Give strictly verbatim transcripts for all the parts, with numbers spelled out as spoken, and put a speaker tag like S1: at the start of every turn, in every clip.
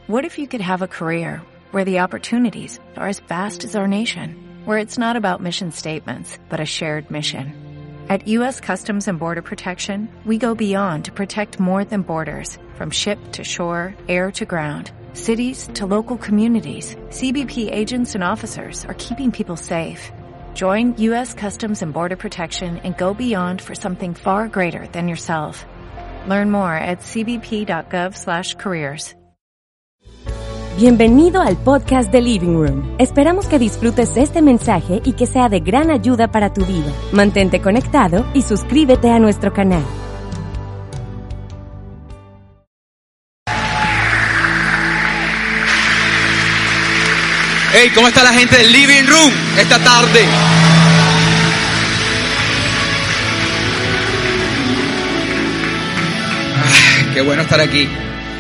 S1: What if you could have a career where the opportunities are as vast as our nation, where it's not about mission statements, but a shared mission? At U S Customs and Border Protection, we go beyond to protect more than borders. From ship to shore, air to ground, cities to local communities, C B P agents and officers are keeping people safe. Join U S Customs and Border Protection and go beyond for something far greater than yourself. Learn more at c b p dot gov slash careers.
S2: Bienvenido al podcast de Living Room. Esperamos que disfrutes este mensaje y que sea de gran ayuda para tu vida. Mantente conectado y suscríbete a nuestro canal.
S3: Hey, ¿cómo está la gente del Living Room esta tarde? Ah, qué bueno estar aquí.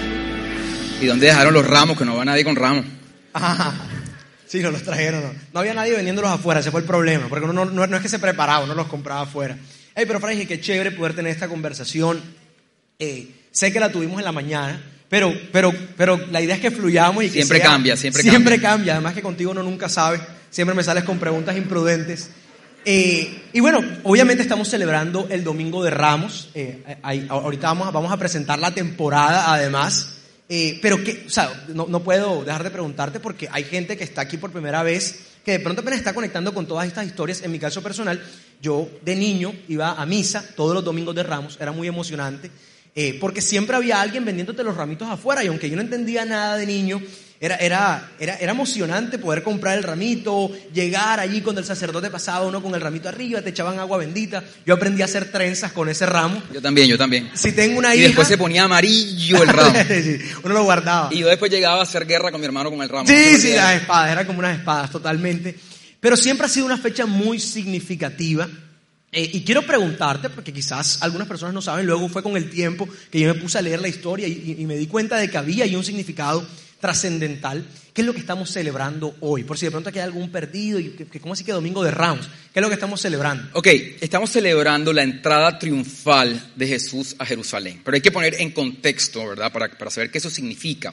S3: ¿Y dónde dejaron los ramos? Que no va nadie con ramos.
S4: Ah, sí, no los trajeron. No, no había nadie vendiéndolos afuera, ese fue el problema. Porque uno no, no, no es que se preparaba, uno los compraba afuera. Hey, pero Fray, qué chévere poder tener esta conversación. Eh, sé que la tuvimos en la mañana, pero, pero, pero la idea es que fluyamos y que
S3: Siempre
S4: sea,
S3: cambia, siempre,
S4: siempre
S3: cambia.
S4: cambia. Además que contigo uno nunca sabe. Siempre me sales con preguntas imprudentes. Eh, y bueno, obviamente estamos celebrando el Domingo de Ramos. Eh, ahí, ahorita vamos, vamos a presentar la temporada, además. Eh, pero que, o sea, no, no puedo dejar de preguntarte porque hay gente que está aquí por primera vez, que de pronto apenas está conectando con todas estas historias. En mi caso personal, yo de niño iba a misa todos los domingos de Ramos, era muy emocionante, eh, porque siempre había alguien vendiéndote los ramitos afuera, y aunque yo no entendía nada de niño, era, era, era, era emocionante poder comprar el ramito, llegar allí cuando el sacerdote pasaba, uno con el ramito arriba, te echaban agua bendita. Yo aprendí a hacer trenzas con ese ramo.
S3: Yo también, yo también.
S4: Si tengo una
S3: y
S4: hija...
S3: después se ponía amarillo el ramo.
S4: Sí, uno lo guardaba.
S3: Y yo después llegaba a hacer guerra con mi hermano con el ramo.
S4: Sí, sí, las espadas, eran como unas espadas totalmente. Pero siempre ha sido una fecha muy significativa. Eh, y quiero preguntarte, porque quizás algunas personas no saben, luego fue con el tiempo que yo me puse a leer la historia y, y, y me di cuenta de que había ahí un significado trascendental. ¿Qué es lo que estamos celebrando hoy? Por si de pronto aquí hay algún perdido, y que, que, ¿cómo así que Domingo de Ramos? ¿Qué es lo que estamos celebrando?
S3: Ok, estamos celebrando la entrada triunfal de Jesús a Jerusalén. Pero hay que poner en contexto, ¿verdad? Para, para saber qué eso significa.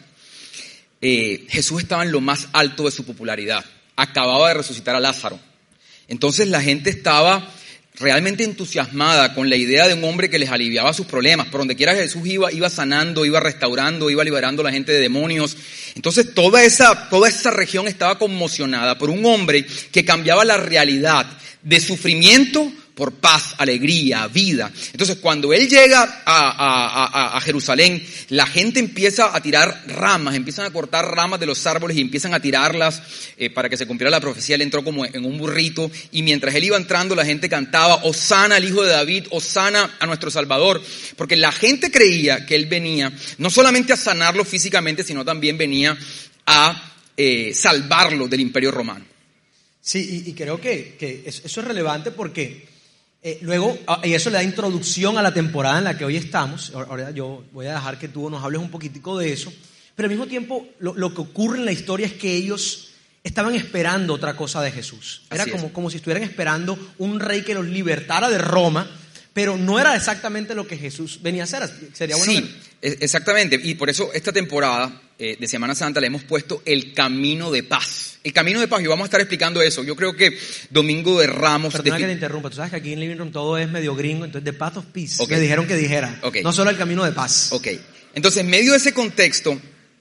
S3: Eh, Jesús estaba en lo más alto de su popularidad. Acababa de resucitar a Lázaro. Entonces la gente estaba realmente entusiasmada con la idea de un hombre que les aliviaba sus problemas. Por donde quiera que Jesús iba, iba sanando, iba restaurando, iba liberando a la gente de demonios. Entonces toda esa, toda esa región estaba conmocionada por un hombre que cambiaba la realidad de sufrimiento por paz, alegría, vida. Entonces cuando él llega a, a, a, a Jerusalén, la gente empieza a tirar ramas, empiezan a cortar ramas de los árboles y empiezan a tirarlas eh, para que se cumpliera la profecía. Él entró como en un burrito y mientras él iba entrando la gente cantaba Hosana al Hijo de David, Hosana a nuestro Salvador, porque la gente creía que él venía no solamente a sanarlo físicamente, sino también venía a eh, salvarlo del Imperio Romano.
S4: Sí, y, y creo que, que eso es relevante porque Eh, luego, y eso le da introducción a la temporada en la que hoy estamos. Ahora yo voy a dejar que tú nos hables un poquitico de eso. Pero al mismo tiempo, lo, lo que ocurre en la historia es que ellos estaban esperando otra cosa de Jesús. Era como, como si estuvieran esperando un rey que los libertara de Roma, pero no era exactamente lo que Jesús venía a hacer. Sería bueno.
S3: Sí, que... exactamente. Y por eso esta temporada eh, de Semana Santa le hemos puesto el camino de paz. El camino de paz, y vamos a estar explicando eso. Yo creo que Domingo de Ramos...
S4: Perdona
S3: de...
S4: que te interrumpa, tú sabes que aquí en Living Room todo es medio gringo, entonces The Path of Peace,
S3: okay.
S4: me dijeron que dijera,
S3: okay.
S4: no solo el camino de paz.
S3: Ok, entonces en medio de ese contexto,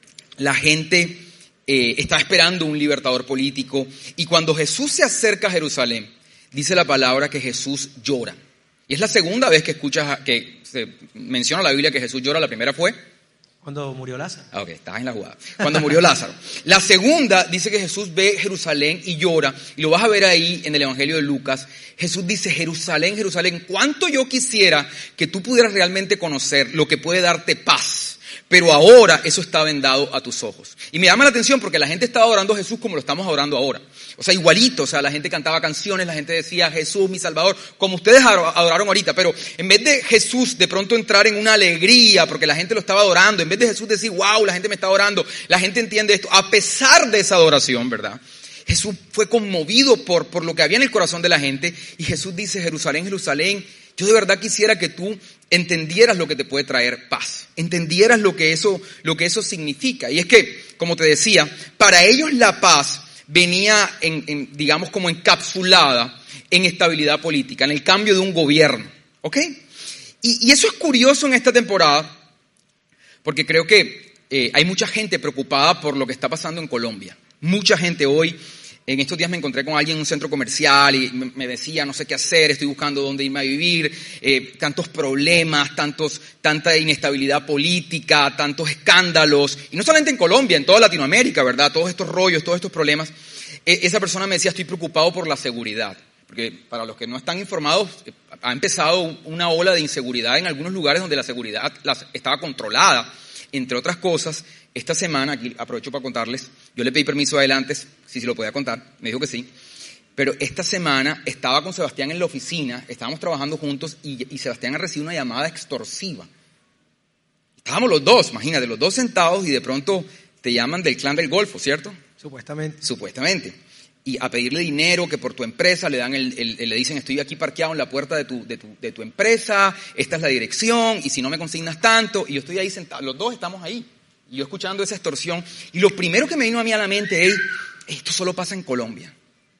S3: la gente eh, está esperando un libertador político, y cuando Jesús se acerca a Jerusalén, dice la palabra que Jesús llora. Y es la segunda vez que escuchas, que se menciona en la Biblia que Jesús llora. La primera fue...
S4: Cuando murió Lázaro.
S3: Ok, estás en la jugada. Cuando murió Lázaro. La segunda dice que Jesús ve Jerusalén y llora. Y lo vas a ver ahí en el Evangelio de Lucas. Jesús dice, Jerusalén, Jerusalén, cuánto yo quisiera que tú pudieras realmente conocer lo que puede darte paz. Pero ahora eso está vendado a tus ojos. Y me llama la atención porque la gente estaba adorando a Jesús como lo estamos adorando ahora. O sea, igualito. O sea, la gente cantaba canciones, la gente decía Jesús, mi Salvador, como ustedes adoraron ahorita. Pero en vez de Jesús de pronto entrar en una alegría porque la gente lo estaba adorando, en vez de Jesús decir, wow, la gente me está adorando, la gente entiende esto. A pesar de esa adoración, ¿verdad? Jesús fue conmovido por, por lo que había en el corazón de la gente. Y Jesús dice, Jerusalén, Jerusalén, yo de verdad quisiera que tú entendieras lo que te puede traer paz, entendieras lo que eso, lo que eso significa. Y es que, como te decía, para ellos la paz venía, en, en, digamos, como encapsulada en estabilidad política, en el cambio de un gobierno, ¿ok? Y, y eso es curioso en esta temporada, porque creo que eh, hay mucha gente preocupada por lo que está pasando en Colombia. Mucha gente hoy, en estos días me encontré con alguien en un centro comercial y me decía, no sé qué hacer, estoy buscando dónde irme a vivir, eh, tantos problemas, tantos, tanta inestabilidad política, tantos escándalos, y no solamente en Colombia, en toda Latinoamérica, ¿verdad? Todos estos rollos, todos estos problemas. Eh, esa persona me decía, estoy preocupado por la seguridad, porque para los que no están informados, eh, ha empezado una ola de inseguridad en algunos lugares donde la seguridad la, estaba controlada. Entre otras cosas, esta semana, aquí aprovecho para contarles, yo le pedí permiso adelante, si se lo podía contar, me dijo que sí, pero esta semana estaba con Sebastián en la oficina, estábamos trabajando juntos y, y Sebastián ha recibido una llamada extorsiva. Estábamos los dos, imagínate, los dos sentados y de pronto te llaman del clan del Golfo, ¿cierto?
S4: Supuestamente.
S3: Supuestamente. Y a pedirle dinero, que por tu empresa le dan el, el, el, le dicen, estoy aquí parqueado en la puerta de tu, de, tu, de tu empresa, esta es la dirección, y si no me consignas tanto, y yo estoy ahí sentado, los dos estamos ahí, y yo escuchando esa extorsión, y lo primero que me vino a mí a la mente es, esto solo pasa en Colombia.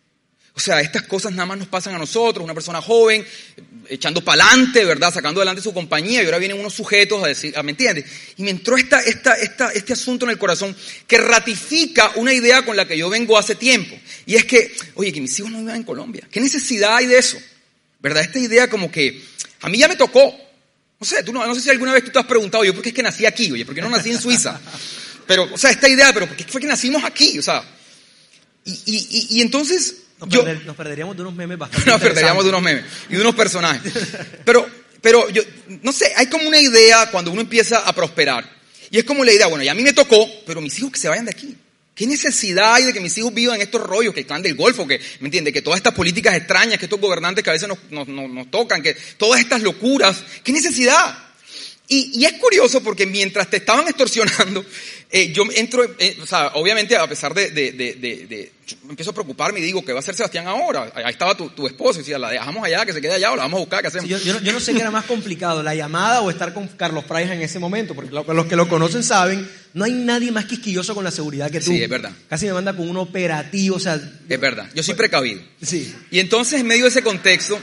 S3: O sea, estas cosas nada más nos pasan a nosotros, una persona joven, echando para adelante, ¿verdad? Sacando adelante su compañía, y ahora vienen unos sujetos a decir, ¿me entiendes? Y me entró esta, esta, esta, este asunto en el corazón que ratifica una idea con la que yo vengo hace tiempo. Y es que, oye, que mis hijos no vivan en Colombia. ¿Qué necesidad hay de eso? ¿Verdad? Esta idea como que, a mí ya me tocó. No sé, tú no, no sé si alguna vez tú te has preguntado, yo, ¿por qué es que nací aquí? Oye, ¿por qué no nací en Suiza? Pero, o sea, esta idea, pero ¿por qué fue que nacimos aquí? O sea, y, y, y, y entonces...
S4: Nos,
S3: yo,
S4: perder, nos perderíamos de unos memes bastante
S3: Nos perderíamos de unos memes y de unos personajes. Pero, pero yo, no sé, hay como una idea cuando uno empieza a prosperar. Y es como la idea, bueno, ya a mí me tocó, pero mis hijos que se vayan de aquí. ¿Qué necesidad hay de que mis hijos vivan en estos rollos, que el clan del Golfo, que, ¿me entiendes? Que todas estas políticas extrañas, que estos gobernantes que a veces nos, nos, nos, nos tocan, que todas estas locuras, ¿qué necesidad? Y, y es curioso porque mientras te estaban extorsionando, eh, yo entro, eh, o sea, obviamente a pesar de, de, de, de, de yo me empiezo a preocuparme y digo, ¿qué va a hacer Sebastián ahora? Ahí estaba tu, tu esposo, y decía, ¿la dejamos allá, que se quede allá o la vamos a buscar? ¿Qué hacemos?
S4: Sí, yo, yo, no, yo no sé qué era más complicado, la llamada o estar con Carlos Fraias en ese momento, porque lo, los que lo conocen saben, no hay nadie más quisquilloso con la seguridad que tú.
S3: Sí, es verdad.
S4: Casi me manda con un operativo, o sea...
S3: Es verdad, yo soy precavido.
S4: Sí.
S3: Y entonces, en medio de ese contexto,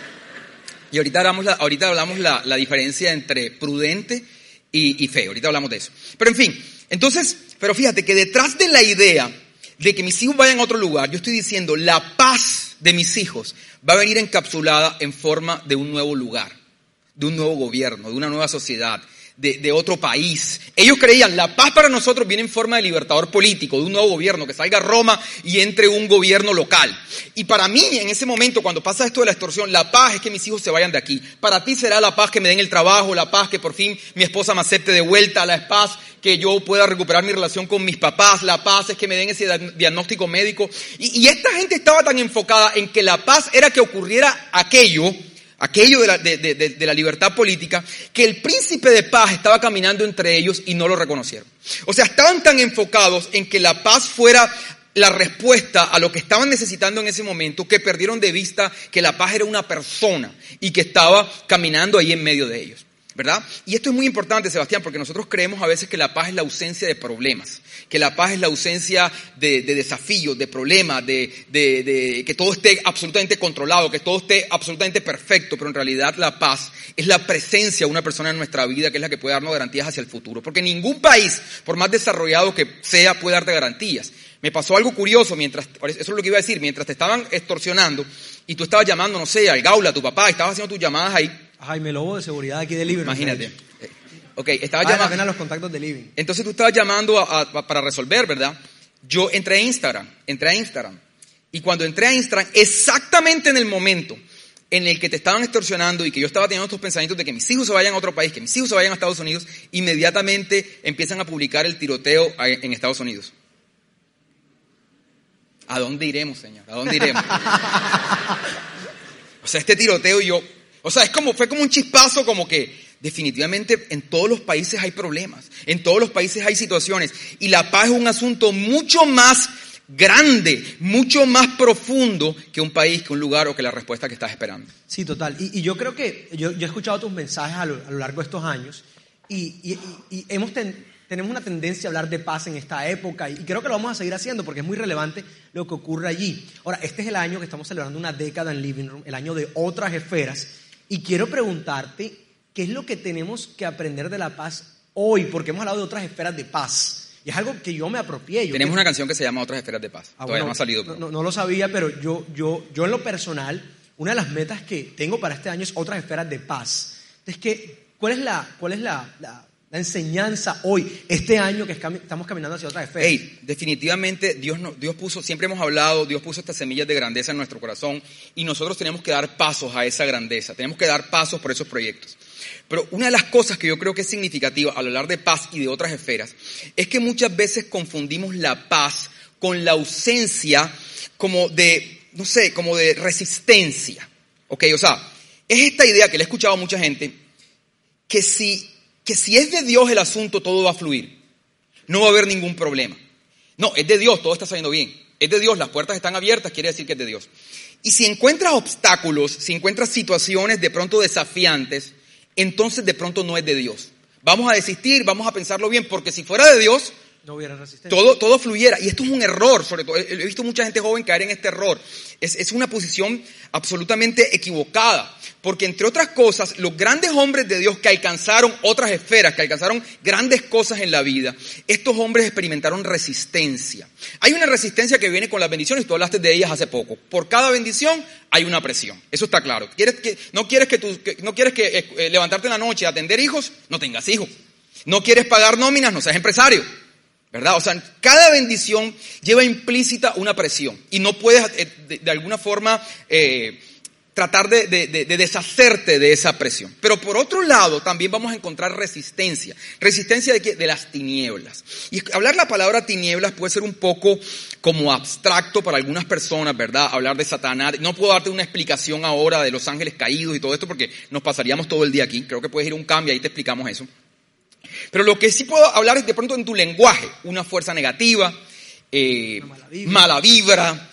S3: y ahorita hablamos la, ahorita hablamos la, la diferencia entre prudente y, y fe, ahorita hablamos de eso. Pero en fin, entonces, pero fíjate que detrás de la idea de que mis hijos vayan a otro lugar, yo estoy diciendo, la paz de mis hijos va a venir encapsulada en forma de un nuevo lugar, de un nuevo gobierno, de una nueva sociedad, de, de otro país. Ellos creían, la paz para nosotros viene en forma de libertador político, de un nuevo gobierno, que salga Roma y entre un gobierno local. Y para mí, en ese momento, cuando pasa esto de la extorsión, la paz es que mis hijos se vayan de aquí. Para ti será la paz que me den el trabajo, la paz que por fin mi esposa me acepte de vuelta, la paz que yo pueda recuperar mi relación con mis papás, la paz es que me den ese diagnóstico médico. Y, y esta gente estaba tan enfocada en que la paz era que ocurriera aquello, aquello de la, de, de, de la libertad política, que el príncipe de paz estaba caminando entre ellos y no lo reconocieron. O sea, estaban tan enfocados en que la paz fuera la respuesta a lo que estaban necesitando en ese momento, que perdieron de vista que la paz era una persona y que estaba caminando ahí en medio de ellos, ¿verdad? Y esto es muy importante, Sebastián, porque nosotros creemos a veces que la paz es la ausencia de problemas, que la paz es la ausencia de, de desafíos, de problemas, de, de, de que todo esté absolutamente controlado, que todo esté absolutamente perfecto, pero en realidad la paz es la presencia de una persona en nuestra vida que es la que puede darnos garantías hacia el futuro, porque ningún país, por más desarrollado que sea, puede darte garantías. Me pasó algo curioso mientras, eso es lo que iba a decir, mientras te estaban extorsionando y tú estabas llamando, no sé, al Gaula, a tu papá, y estabas haciendo tus llamadas ahí.
S4: A Jaime Lobo de seguridad aquí de Living.
S3: Imagínate. Ok, estaba
S4: vale
S3: llamando.
S4: la pena los contactos de Living.
S3: Entonces tú estabas llamando a, a, para resolver, ¿verdad? Yo entré a Instagram, entré a Instagram. Y cuando entré a Instagram, exactamente en el momento en el que te estaban extorsionando y que yo estaba teniendo estos pensamientos de que mis hijos se vayan a otro país, que mis hijos se vayan a Estados Unidos, inmediatamente empiezan a publicar el tiroteo en Estados Unidos. ¿A dónde iremos, Señor? ¿A dónde iremos? O sea, este tiroteo yo... O sea, es como, fue como un chispazo como que definitivamente en todos los países hay problemas, en todos los países hay situaciones y la paz es un asunto mucho más grande, mucho más profundo que un país, que un lugar o que la respuesta que estás esperando.
S4: Sí, total. Y, y yo creo que yo, yo he escuchado tus mensajes a lo, a lo largo de estos años y, y, y, y hemos ten, tenemos una tendencia a hablar de paz en esta época y, y creo que lo vamos a seguir haciendo porque es muy relevante lo que ocurre allí. Ahora, este es el año que estamos celebrando una década en Living Room, el año de otras esferas, y quiero preguntarte qué es lo que tenemos que aprender de la paz hoy, porque hemos hablado de otras esferas de paz. Y es algo que yo me apropié. Yo
S3: Tenemos
S4: que...
S3: una canción que se llama Otras Esferas de Paz.
S4: Ah,
S3: Todavía
S4: bueno,
S3: no ha salido.
S4: No, no, no lo sabía, pero yo, yo, yo en lo personal, una de las metas que tengo para este año es otras esferas de paz. Entonces, ¿qué, ¿cuál es, la, cuál es la, la, la enseñanza hoy, este año que estamos caminando hacia otras esferas?
S3: Hey, definitivamente Dios, no, Dios puso, siempre hemos hablado, Dios puso estas semillas de grandeza en nuestro corazón y nosotros tenemos que dar pasos a esa grandeza, tenemos que dar pasos por esos proyectos. Pero una de las cosas que yo creo que es significativa al hablar de paz y de otras esferas es que muchas veces confundimos la paz con la ausencia como de, no sé, como de resistencia. ¿Ok? O sea, es esta idea que le he escuchado a mucha gente que si, que si es de Dios el asunto todo va a fluir. No va a haber ningún problema. No, es de Dios, todo está saliendo bien. Es de Dios, las puertas están abiertas, quiere decir que es de Dios. Y si encuentras obstáculos, si encuentras situaciones de pronto desafiantes, entonces de pronto no es de Dios. Vamos a desistir, vamos a pensarlo bien, porque si fuera de Dios,
S4: no hubiera resistencia.
S3: Todo, todo fluyera. Y esto es un error, sobre todo. He visto mucha gente joven caer en este error. Es, es una posición absolutamente equivocada. Porque entre otras cosas, los grandes hombres de Dios que alcanzaron otras esferas, que alcanzaron grandes cosas en la vida, estos hombres experimentaron resistencia. Hay una resistencia que viene con las bendiciones, tú hablaste de ellas hace poco. Por cada bendición hay una presión. Eso está claro. ¿Quieres que, no quieres que, tú, que, no quieres que eh, levantarte en la noche y atender hijos? No tengas hijos. No quieres pagar nóminas, no seas empresario. ¿Verdad? O sea, cada bendición lleva implícita una presión y no puedes eh, de, de alguna forma eh, tratar de, de, de, de deshacerte de esa presión. Pero por otro lado también vamos a encontrar resistencia. ¿Resistencia de qué? De las tinieblas. Y hablar la palabra tinieblas puede ser un poco como abstracto para algunas personas, ¿verdad? Hablar de Satanás. No puedo darte una explicación ahora de los ángeles caídos y todo esto porque nos pasaríamos todo el día aquí. Creo que puedes ir a un cambio y ahí te explicamos eso. Pero lo que sí puedo hablar es de pronto en tu lenguaje, una fuerza negativa, eh, mala vibra, mala vibra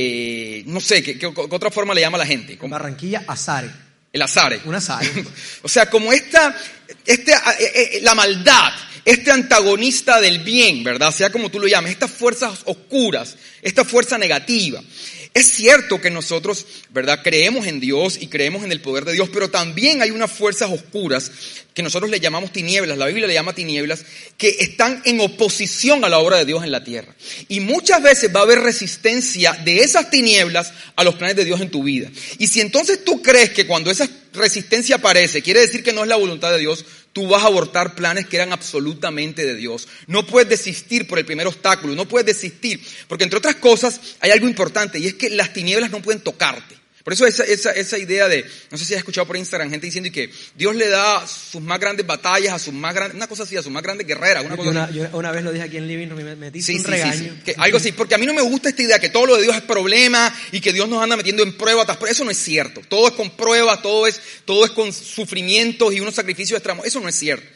S3: eh, no sé, ¿qué, qué, ¿qué otra forma le llama a la gente?
S4: En Barranquilla, azare.
S3: El azare.
S4: Un azare.
S3: O sea, como esta, este, eh, eh, la maldad, este antagonista del bien, ¿verdad? Sea como tú lo llames, estas fuerzas oscuras, esta fuerza negativa. Es cierto que nosotros, ¿verdad?, creemos en Dios y creemos en el poder de Dios, pero también hay unas fuerzas oscuras que nosotros le llamamos tinieblas, la Biblia le llama tinieblas, que están en oposición a la obra de Dios en la tierra. Y muchas veces va a haber resistencia de esas tinieblas a los planes de Dios en tu vida. Y si entonces tú crees que cuando esa resistencia aparece, quiere decir que no es la voluntad de Dios, tú vas a abortar planes que eran absolutamente de Dios. No puedes desistir por el primer obstáculo, no puedes desistir, porque entre otras cosas hay algo importante y es que las tinieblas no pueden tocarte. Por eso esa, esa, esa idea de, no sé si has escuchado por Instagram gente diciendo que Dios le da sus más grandes batallas a sus más grandes, una cosa así, a sus más grandes guerreras. Una, cosa
S4: una, yo una vez lo dije aquí en Living Room y me metí
S3: sí,
S4: un
S3: sí,
S4: regaño.
S3: Sí, sí. Que, algo así, porque a mí no me gusta esta idea que todo lo de Dios es problema y que Dios nos anda metiendo en pruebas. Eso no es cierto. Todo es con pruebas, todo es, todo es con sufrimientos y unos sacrificios extremos. Eso no es cierto.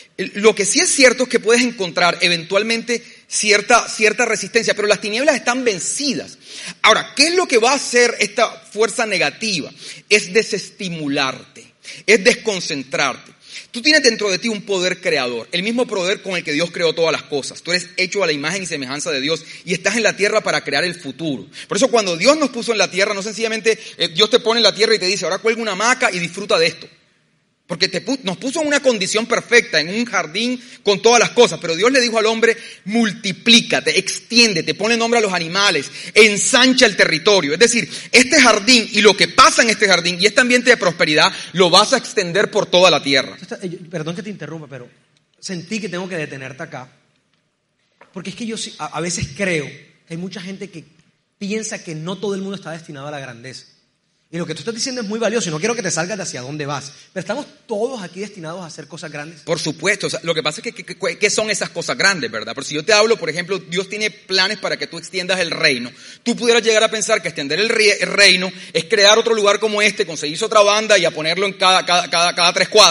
S3: Lo que sí es cierto es que puedes encontrar eventualmente cierta, cierta resistencia, pero las tinieblas están vencidas. Ahora, ¿qué es lo que va a hacer esta fuerza negativa? Es desestimularte, es desconcentrarte. Tú tienes dentro de ti un poder creador, el mismo poder con el que Dios creó todas las cosas. Tú eres hecho a la imagen y semejanza de Dios y estás en la tierra para crear el futuro. Por eso cuando Dios nos puso en la tierra, no sencillamente eh, Dios te pone en la tierra y te dice, ahora cuelga una hamaca y disfruta de esto. Porque te, nos puso en una condición perfecta, en un jardín con todas las cosas. Pero Dios le dijo al hombre, multiplícate, extiéndete, ponle nombre a los animales, ensancha el territorio. Es decir, este jardín y lo que pasa en este jardín y este ambiente de prosperidad lo vas a extender por toda la tierra.
S4: Perdón que te interrumpa, pero sentí que tengo que detenerte acá. Porque es que yo a veces creo que hay mucha gente que piensa que no todo el mundo está destinado a la grandeza. Y lo que tú estás diciendo es muy valioso y no quiero que te salgas de hacia dónde vas. Pero estamos todos aquí destinados a hacer cosas grandes.
S3: Por supuesto. O sea, lo que pasa es que, que, que, ¿qué son esas cosas grandes, verdad? Pero si yo te hablo, por ejemplo, Dios tiene planes para que tú extiendas el reino. Tú pudieras llegar a pensar que extender el, re, el reino es crear otro lugar como este, conseguirse otra banda y a ponerlo en cada, cada, cada, cada tres cuadras.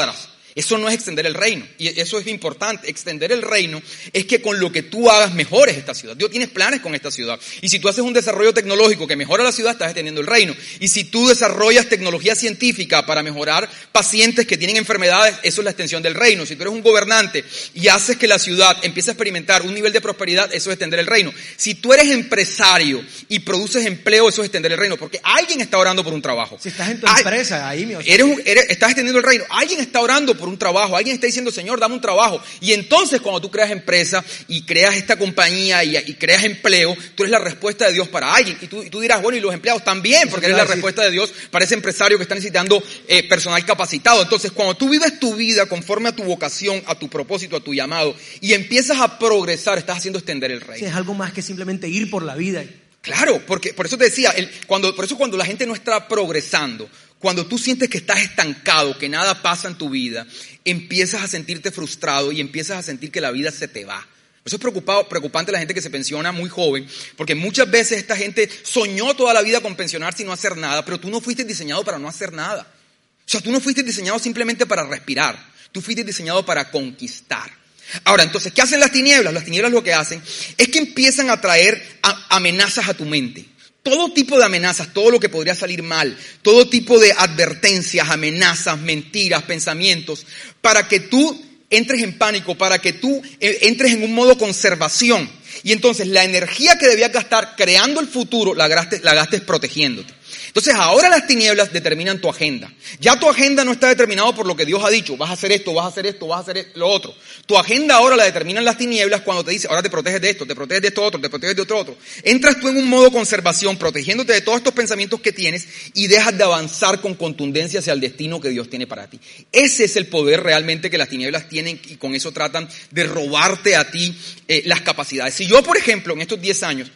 S3: Eso no es extender el reino, y eso es importante. Extender el reino es que con lo que tú hagas mejores esta ciudad. Dios tiene planes con esta ciudad, y si tú haces un desarrollo tecnológico que mejora la ciudad, estás extendiendo el reino. Y si tú desarrollas tecnología científica para mejorar pacientes que tienen enfermedades, eso es la extensión del reino. Si tú eres un gobernante y haces que la ciudad empiece a experimentar un nivel de prosperidad, eso es extender el reino. Si tú eres empresario y produces empleo, eso es extender el reino, porque alguien está orando por un trabajo.
S4: Si estás en tu
S3: Ay,
S4: empresa, ahí mi
S3: eres, un, eres estás extendiendo el reino. Alguien está orando por un trabajo, alguien está diciendo, Señor, dame un trabajo. Y entonces cuando tú creas empresa y creas esta compañía y, y creas empleo, tú eres la respuesta de Dios para alguien. Y tú, y tú dirás, bueno, y los empleados también, porque eres la respuesta de Dios para ese empresario que está necesitando eh, personal capacitado. Entonces, cuando tú vives tu vida conforme a tu vocación, a tu propósito, a tu llamado, y empiezas a progresar, estás haciendo extender el reino.
S4: Sí, es algo más que simplemente ir por la vida.
S3: Claro, porque por eso te decía, el, cuando, por eso cuando la gente no está progresando, cuando tú sientes que estás estancado, que nada pasa en tu vida, empiezas a sentirte frustrado y empiezas a sentir que la vida se te va. Eso es preocupado, preocupante la gente que se pensiona muy joven, porque muchas veces esta gente soñó toda la vida con pensionarse y no hacer nada, pero tú no fuiste diseñado para no hacer nada. O sea, tú no fuiste diseñado simplemente para respirar, tú fuiste diseñado para conquistar. Ahora, entonces, ¿qué hacen las tinieblas? Las tinieblas lo que hacen es que empiezan a traer a, amenazas a tu mente. Todo tipo de amenazas, todo lo que podría salir mal, todo tipo de advertencias, amenazas, mentiras, pensamientos, para que tú entres en pánico, para que tú entres en un modo conservación. Y entonces la energía que debías gastar creando el futuro, la gastes, la gastes protegiéndote. Entonces ahora las tinieblas determinan tu agenda. Ya tu agenda no está determinada por lo que Dios ha dicho. Vas a hacer esto, vas a hacer esto, vas a hacer lo otro. Tu agenda ahora la determinan las tinieblas cuando te dice, ahora te proteges de esto, te proteges de esto otro, te proteges de otro otro. Entras tú en un modo conservación, protegiéndote de todos estos pensamientos que tienes y dejas de avanzar con contundencia hacia el destino que Dios tiene para ti. Ese es el poder realmente que las tinieblas tienen y con eso tratan de robarte a ti eh, las capacidades. Si yo, por ejemplo, en estos diez años,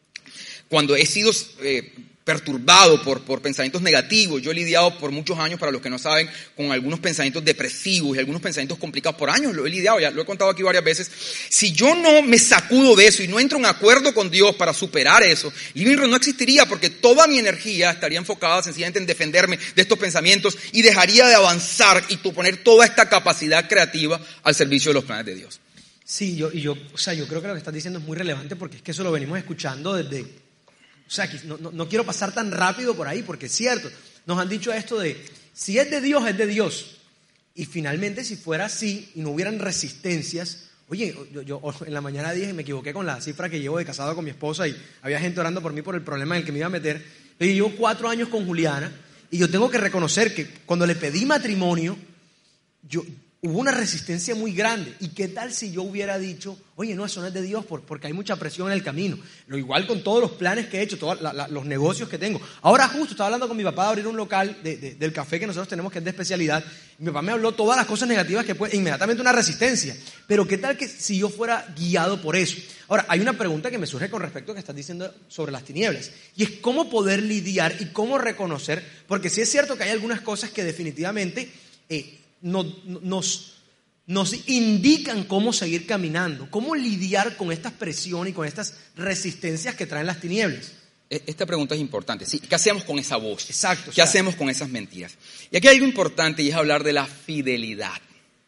S3: cuando he sido Eh, perturbado por, por pensamientos negativos. Yo he lidiado por muchos años, para los que no saben, con algunos pensamientos depresivos y algunos pensamientos complicados. Por años lo he lidiado, ya lo he contado aquí varias veces. Si yo no me sacudo de eso y no entro en acuerdo con Dios para superar eso, Living Room no existiría, porque toda mi energía estaría enfocada sencillamente en defenderme de estos pensamientos y dejaría de avanzar y poner toda esta capacidad creativa al servicio de los planes de Dios.
S4: Sí, yo, y yo, o sea, yo creo que lo que estás diciendo es muy relevante, porque es que eso lo venimos escuchando desde... O sea, no, no, no quiero pasar tan rápido por ahí, porque es cierto, nos han dicho esto de, si es de Dios, es de Dios. Y finalmente, si fuera así y no hubieran resistencias, oye, yo, yo en la mañana dije, me equivoqué con la cifra que llevo de casado con mi esposa y había gente orando por mí por el problema en el que me iba a meter. Yo llevo cuatro años con Juliana y yo tengo que reconocer que cuando le pedí matrimonio, yo... hubo una resistencia muy grande. ¿Y qué tal si yo hubiera dicho, oye, no, eso no es de Dios porque hay mucha presión en el camino? Lo igual con todos los planes que he hecho, todos la, la, los negocios que tengo. Ahora justo estaba hablando con mi papá de abrir un local de, de, del café que nosotros tenemos, que es de especialidad. Y mi papá me habló todas las cosas negativas que puede, inmediatamente una resistencia. Pero ¿qué tal que si yo fuera guiado por eso? Ahora, hay una pregunta que me surge con respecto a lo que estás diciendo sobre las tinieblas. Y es cómo poder lidiar y cómo reconocer, porque sí es cierto que hay algunas cosas que definitivamente... Eh, No, nos, nos indican cómo seguir caminando, cómo lidiar con esta presión y con estas resistencias que traen las tinieblas.
S3: Esta pregunta es importante. ¿Sí? ¿Qué hacemos con esa voz?
S4: Exacto.
S3: ¿Qué o sea, hacemos con esas mentiras? Y aquí hay algo importante y es hablar de la fidelidad.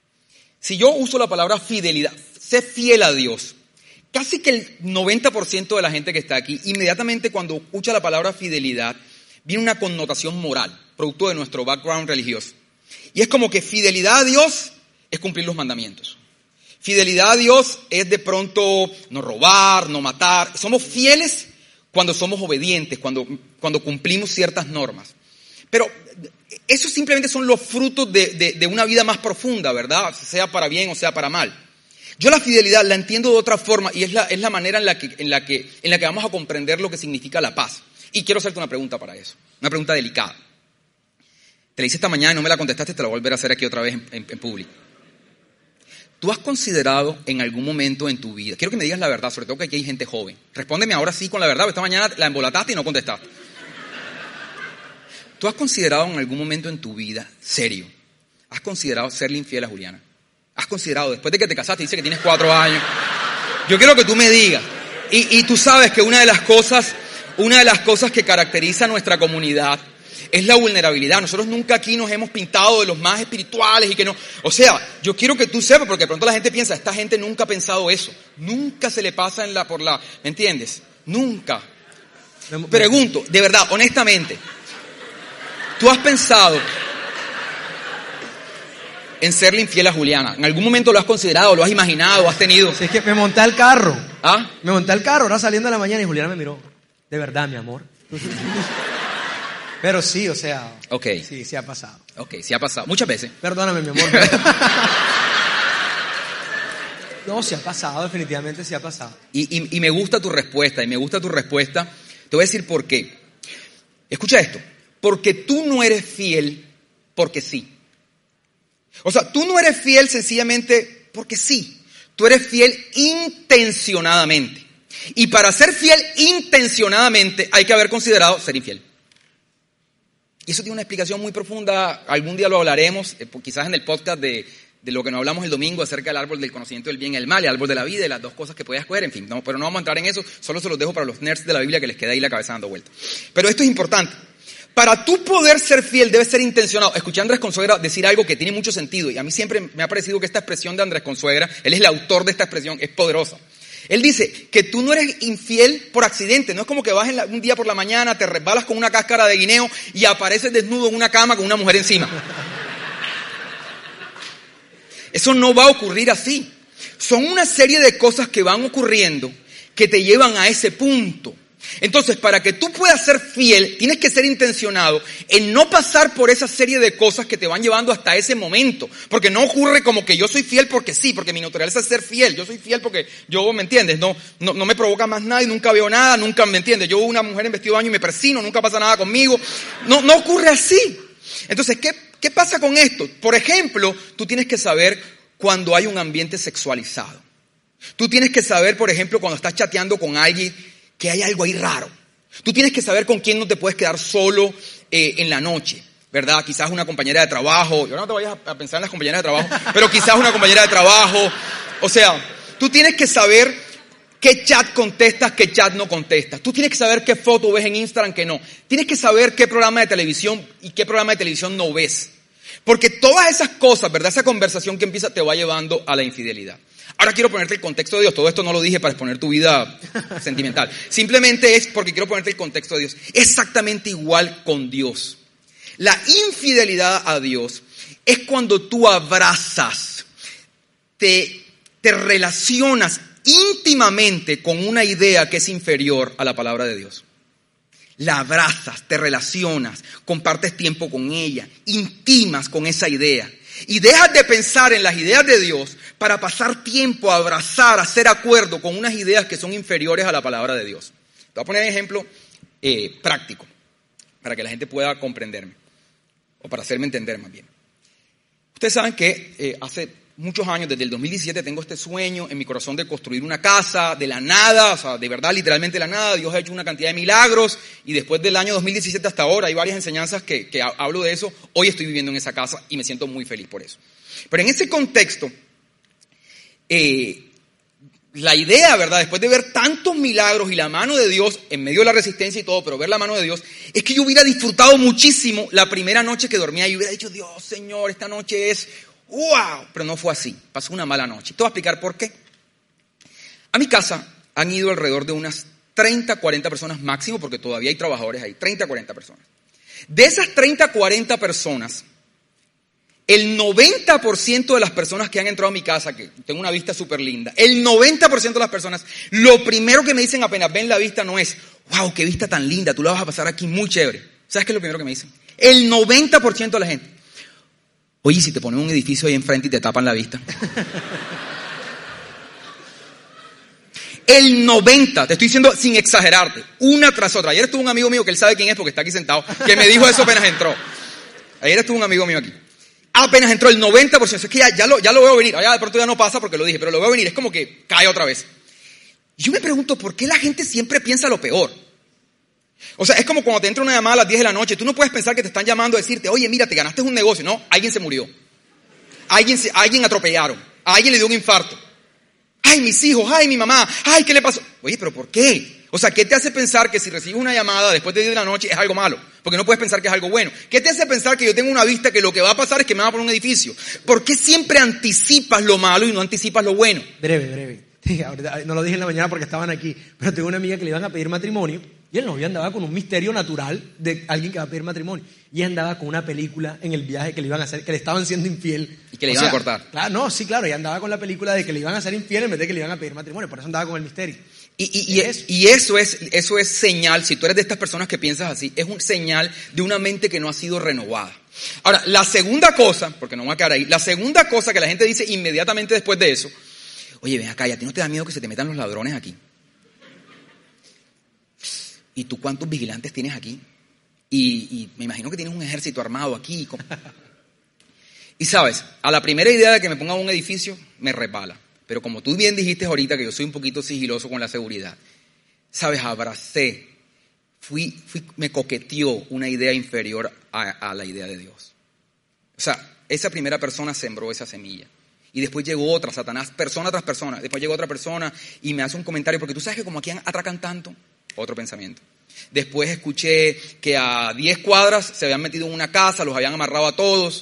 S3: Si yo uso la palabra fidelidad, sé fiel a Dios, casi que el noventa por ciento de la gente que está aquí, inmediatamente cuando escucha la palabra fidelidad, viene una connotación moral, producto de nuestro background religioso. Y es como que fidelidad a Dios es cumplir los mandamientos. Fidelidad a Dios es de pronto no robar, no matar. Somos fieles cuando somos obedientes, cuando, cuando cumplimos ciertas normas. Pero esos simplemente son los frutos de, de, de una vida más profunda, ¿verdad? Sea para bien o sea para mal. Yo la fidelidad la entiendo de otra forma y es la, es la manera en la, que, en, la que, en la que vamos a comprender lo que significa la paz. Y quiero hacerte una pregunta para eso, una pregunta delicada. Te la hice esta mañana y no me la contestaste, te la voy a volver a hacer aquí otra vez en, en, en público. ¿Tú has considerado en algún momento en tu vida, quiero que me digas la verdad, sobre todo que aquí hay gente joven, respóndeme ahora sí con la verdad, porque esta mañana la embolataste y no contestaste. ¿Tú has considerado en algún momento en tu vida, serio, has considerado serle infiel a Juliana? ¿Has considerado, después de que te casaste, dice que tienes cuatro años? Yo quiero que tú me digas, y, y tú sabes que una de las cosas, una de las cosas que caracteriza a nuestra comunidad es la vulnerabilidad. Nosotros nunca aquí nos hemos pintado de los más espirituales y que no. O sea, yo quiero que tú sepas, porque de pronto la gente piensa, esta gente nunca ha pensado eso. Nunca se le pasa en la, por la, ¿me entiendes? Nunca. Pregunto, de verdad, honestamente, ¿tú has pensado en serle infiel a Juliana? ¿En algún momento lo has considerado, lo has imaginado, has tenido?
S4: Si es que me monté al carro.
S3: ¿Ah?
S4: Me monté al carro, ahora saliendo de la mañana y Juliana me miró. De verdad, mi amor. Pero sí, o sea.
S3: Ok.
S4: Sí, sí ha pasado.
S3: Ok, sí ha pasado. Muchas veces.
S4: Perdóname, mi amor. No, sí ha pasado, definitivamente sí ha pasado.
S3: Y, y, y me gusta tu respuesta, y me gusta tu respuesta. Te voy a decir por qué. Escucha esto. Porque tú no eres fiel porque sí. O sea, tú no eres fiel sencillamente porque sí. Tú eres fiel intencionadamente. Y para ser fiel intencionadamente hay que haber considerado ser infiel. Y eso tiene una explicación muy profunda. Algún día lo hablaremos, eh, quizás en el podcast de, de lo que nos hablamos el domingo acerca del árbol del conocimiento del bien y el mal, el árbol de la vida y las dos cosas que puedes escoger, en fin. No, pero no vamos a entrar en eso, solo se los dejo para los nerds de la Biblia que les queda ahí la cabeza dando vueltas. Pero esto es importante. Para tú poder ser fiel, debes ser intencionado. Escuché a Andrés Consuegra decir algo que tiene mucho sentido y a mí siempre me ha parecido que esta expresión de Andrés Consuegra, él es el autor de esta expresión, es poderosa. Él dice que tú no eres infiel por accidente, no es como que vas en la, un día por la mañana, te resbalas con una cáscara de guineo y apareces desnudo en una cama con una mujer encima. Eso no va a ocurrir así. Son una serie de cosas que van ocurriendo que te llevan a ese punto. Entonces, para que tú puedas ser fiel, tienes que ser intencionado en no pasar por esa serie de cosas que te van llevando hasta ese momento. Porque no ocurre como que yo soy fiel porque sí, porque mi naturaleza es ser fiel. Yo soy fiel porque yo, ¿me entiendes? No, no, no me provoca más nada y nunca veo nada, nunca, ¿me entiendes? Yo veo una mujer en vestido de baño y me persino, nunca pasa nada conmigo. No, no ocurre así. Entonces, ¿qué, qué pasa con esto? Por ejemplo, tú tienes que saber cuando hay un ambiente sexualizado. Tú tienes que saber, por ejemplo, cuando estás chateando con alguien que hay algo ahí raro. Tú tienes que saber con quién no te puedes quedar solo eh, en la noche, ¿verdad? Quizás una compañera de trabajo. Yo no te vayas a pensar en las compañeras de trabajo, pero quizás una compañera de trabajo. O sea, tú tienes que saber qué chat contestas, qué chat no contestas. Tú tienes que saber qué foto ves en Instagram, qué no. Tienes que saber qué programa de televisión y qué programa de televisión no ves. Porque todas esas cosas, ¿verdad? Esa conversación que empieza te va llevando a la infidelidad. Ahora quiero ponerte el contexto de Dios. Todo esto no lo dije para exponer tu vida sentimental. Simplemente es porque quiero ponerte el contexto de Dios. Exactamente igual con Dios. La infidelidad a Dios es cuando tú abrazas, te, te relacionas íntimamente con una idea que es inferior a la palabra de Dios. La abrazas, te relacionas, compartes tiempo con ella, intimas con esa idea. Y dejas de pensar en las ideas de Dios para pasar tiempo a abrazar, a hacer acuerdo con unas ideas que son inferiores a la palabra de Dios. Te voy a poner un ejemplo eh, práctico para que la gente pueda comprenderme o para hacerme entender más bien. Ustedes saben que eh, hace muchos años, desde el dos mil diecisiete, tengo este sueño en mi corazón de construir una casa de la nada, o sea, de verdad, literalmente de la nada. Dios ha hecho una cantidad de milagros y después del año dos mil diecisiete hasta ahora hay varias enseñanzas que, que hablo de eso. Hoy estoy viviendo en esa casa y me siento muy feliz por eso. Pero en ese contexto, eh, la idea, ¿verdad? Después de ver tantos milagros y la mano de Dios en medio de la resistencia y todo, pero ver la mano de Dios, es que yo hubiera disfrutado muchísimo la primera noche que dormía y hubiera dicho, Dios, Señor, esta noche es ¡wow! Pero no fue así. Pasó una mala noche. Te voy a explicar por qué. A mi casa han ido alrededor de unas treinta, cuarenta personas máximo, porque todavía hay trabajadores ahí. treinta, cuarenta personas. De esas treinta, cuarenta personas, el noventa por ciento de las personas que han entrado a mi casa, que tengo una vista súper linda, el noventa por ciento de las personas, lo primero que me dicen apenas ven la vista no es, ¡wow! ¡Qué vista tan linda! Tú la vas a pasar aquí muy chévere. ¿Sabes qué es lo primero que me dicen? El noventa por ciento de la gente. Oye, si te ponen un edificio ahí enfrente y te tapan la vista. El noventa, te estoy diciendo sin exagerarte, una tras otra. Ayer estuvo un amigo mío que él sabe quién es porque está aquí sentado, que me dijo eso apenas entró. Ayer estuvo un amigo mío aquí. Apenas entró el noventa por ciento. Es que ya, ya, lo, ya lo veo venir. Ya de pronto ya no pasa porque lo dije, pero lo veo venir. Es como que cae otra vez. Y yo me pregunto, ¿por qué la gente siempre piensa lo peor? O sea, es como cuando te entra una llamada a las diez de la noche. Tú no puedes pensar que te están llamando a decirte, oye, mira, te ganaste un negocio. No, alguien se murió. Alguien, se, alguien atropellaron. A alguien le dio un infarto. Ay, mis hijos, ay, mi mamá. Ay, ¿qué le pasó? Oye, ¿pero por qué? O sea, ¿qué te hace pensar que si recibes una llamada después de diez de la noche es algo malo? Porque no puedes pensar que es algo bueno. ¿Qué te hace pensar que yo tengo una vista que lo que va a pasar es que me van a poner un edificio? ¿Por qué siempre anticipas lo malo y no anticipas lo bueno?
S4: Breve, breve. Ahorita, no lo dije en la mañana porque estaban aquí, pero tengo una amiga que le iban a pedir matrimonio y el novio andaba con un misterio natural de alguien que va a pedir matrimonio. Y andaba con una película en el viaje que le iban a hacer, que le estaban siendo infiel.
S3: Y que le
S4: o
S3: iban
S4: sea,
S3: a cortar.
S4: Claro, no, sí, claro, y andaba con la película de que le iban a hacer infiel en vez de que le iban a pedir matrimonio. Por eso andaba con el misterio.
S3: Y, y, y, eso? y eso es eso es señal, si tú eres de estas personas que piensas así, es un señal de una mente que no ha sido renovada. Ahora, la segunda cosa, porque no me voy a quedar ahí, la segunda cosa que la gente dice inmediatamente después de eso, oye, ven acá, ¿y a ti no te da miedo que se te metan los ladrones aquí? ¿Y tú cuántos vigilantes tienes aquí? Y, y me imagino que tienes un ejército armado aquí. Y sabes, a la primera idea de que me ponga un edificio, me resbala. Pero como tú bien dijiste ahorita que yo soy un poquito sigiloso con la seguridad, sabes, abracé, fui, fui, me coqueteó una idea inferior a, a la idea de Dios. O sea, esa primera persona sembró esa semilla. Y después llegó otra, Satanás, persona tras persona. Después llegó otra persona y me hace un comentario, porque tú sabes que como aquí atracan tanto, otro pensamiento. Después escuché que a diez cuadras se habían metido en una casa, los habían amarrado a todos.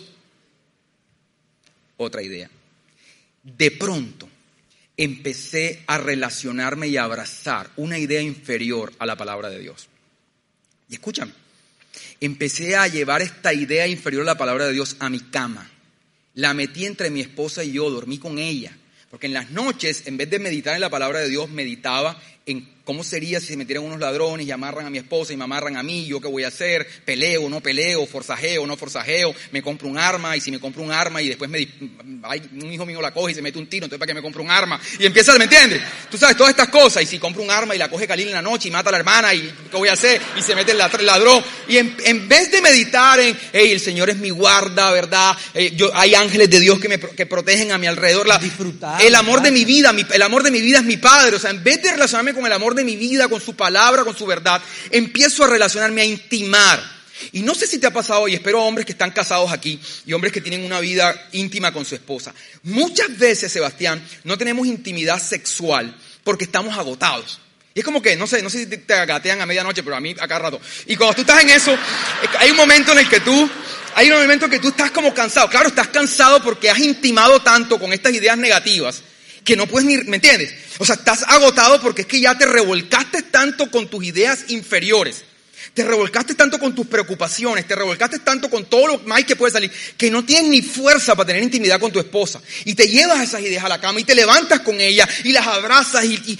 S3: Otra idea. De pronto empecé a relacionarme y a abrazar una idea inferior a la palabra de Dios. Y escúchame, empecé a llevar esta idea inferior a la palabra de Dios a mi cama. La metí entre mi esposa y yo, dormí con ella. Porque en las noches, en vez de meditar en la palabra de Dios, meditaba en cómo sería si se metieran unos ladrones y amarran a mi esposa y me amarran a mí, yo qué voy a hacer, peleo, no peleo, forcajeo, no forcajeo, me compro un arma y si me compro un arma y después me, hay, un hijo mío la coge y se mete un tiro, entonces ¿para qué me compro un arma? Y empieza, ¿me entiendes? Tú sabes, todas estas cosas, y si compro un arma y la coge Khalil en la noche y mata a la hermana y ¿qué voy a hacer? Y se mete el ladrón. Y en, en vez de meditar en, hey, el Señor es mi guarda, ¿verdad? Eh, yo, hay ángeles de Dios que me que protegen a mi alrededor. La,
S4: Disfrutar,
S3: el amor de mi vida, mi, el amor de mi vida es mi Padre. O sea, en vez de relacionarme con el amor de mi vida, con su palabra, con su verdad, empiezo a relacionarme, a intimar. Y no sé si te ha pasado, y espero a hombres que están casados aquí y hombres que tienen una vida íntima con su esposa. Muchas veces, Sebastián, no tenemos intimidad sexual porque estamos agotados. Y es como que, no sé, no sé si te agatean a medianoche, pero a mí a cada rato. Y cuando tú estás en eso, hay un momento en el que tú, hay un momento en que tú estás como cansado. Claro, estás cansado porque has intimado tanto con estas ideas negativas que no puedes ni, ¿me entiendes? O sea, estás agotado porque es que ya te revolcaste tanto con tus ideas inferiores. Te revolcaste tanto con tus preocupaciones, te revolcaste tanto con todo lo mal que puede salir, que no tienes ni fuerza para tener intimidad con tu esposa. Y te llevas esas ideas a la cama y te levantas con ella y las abrazas y... y,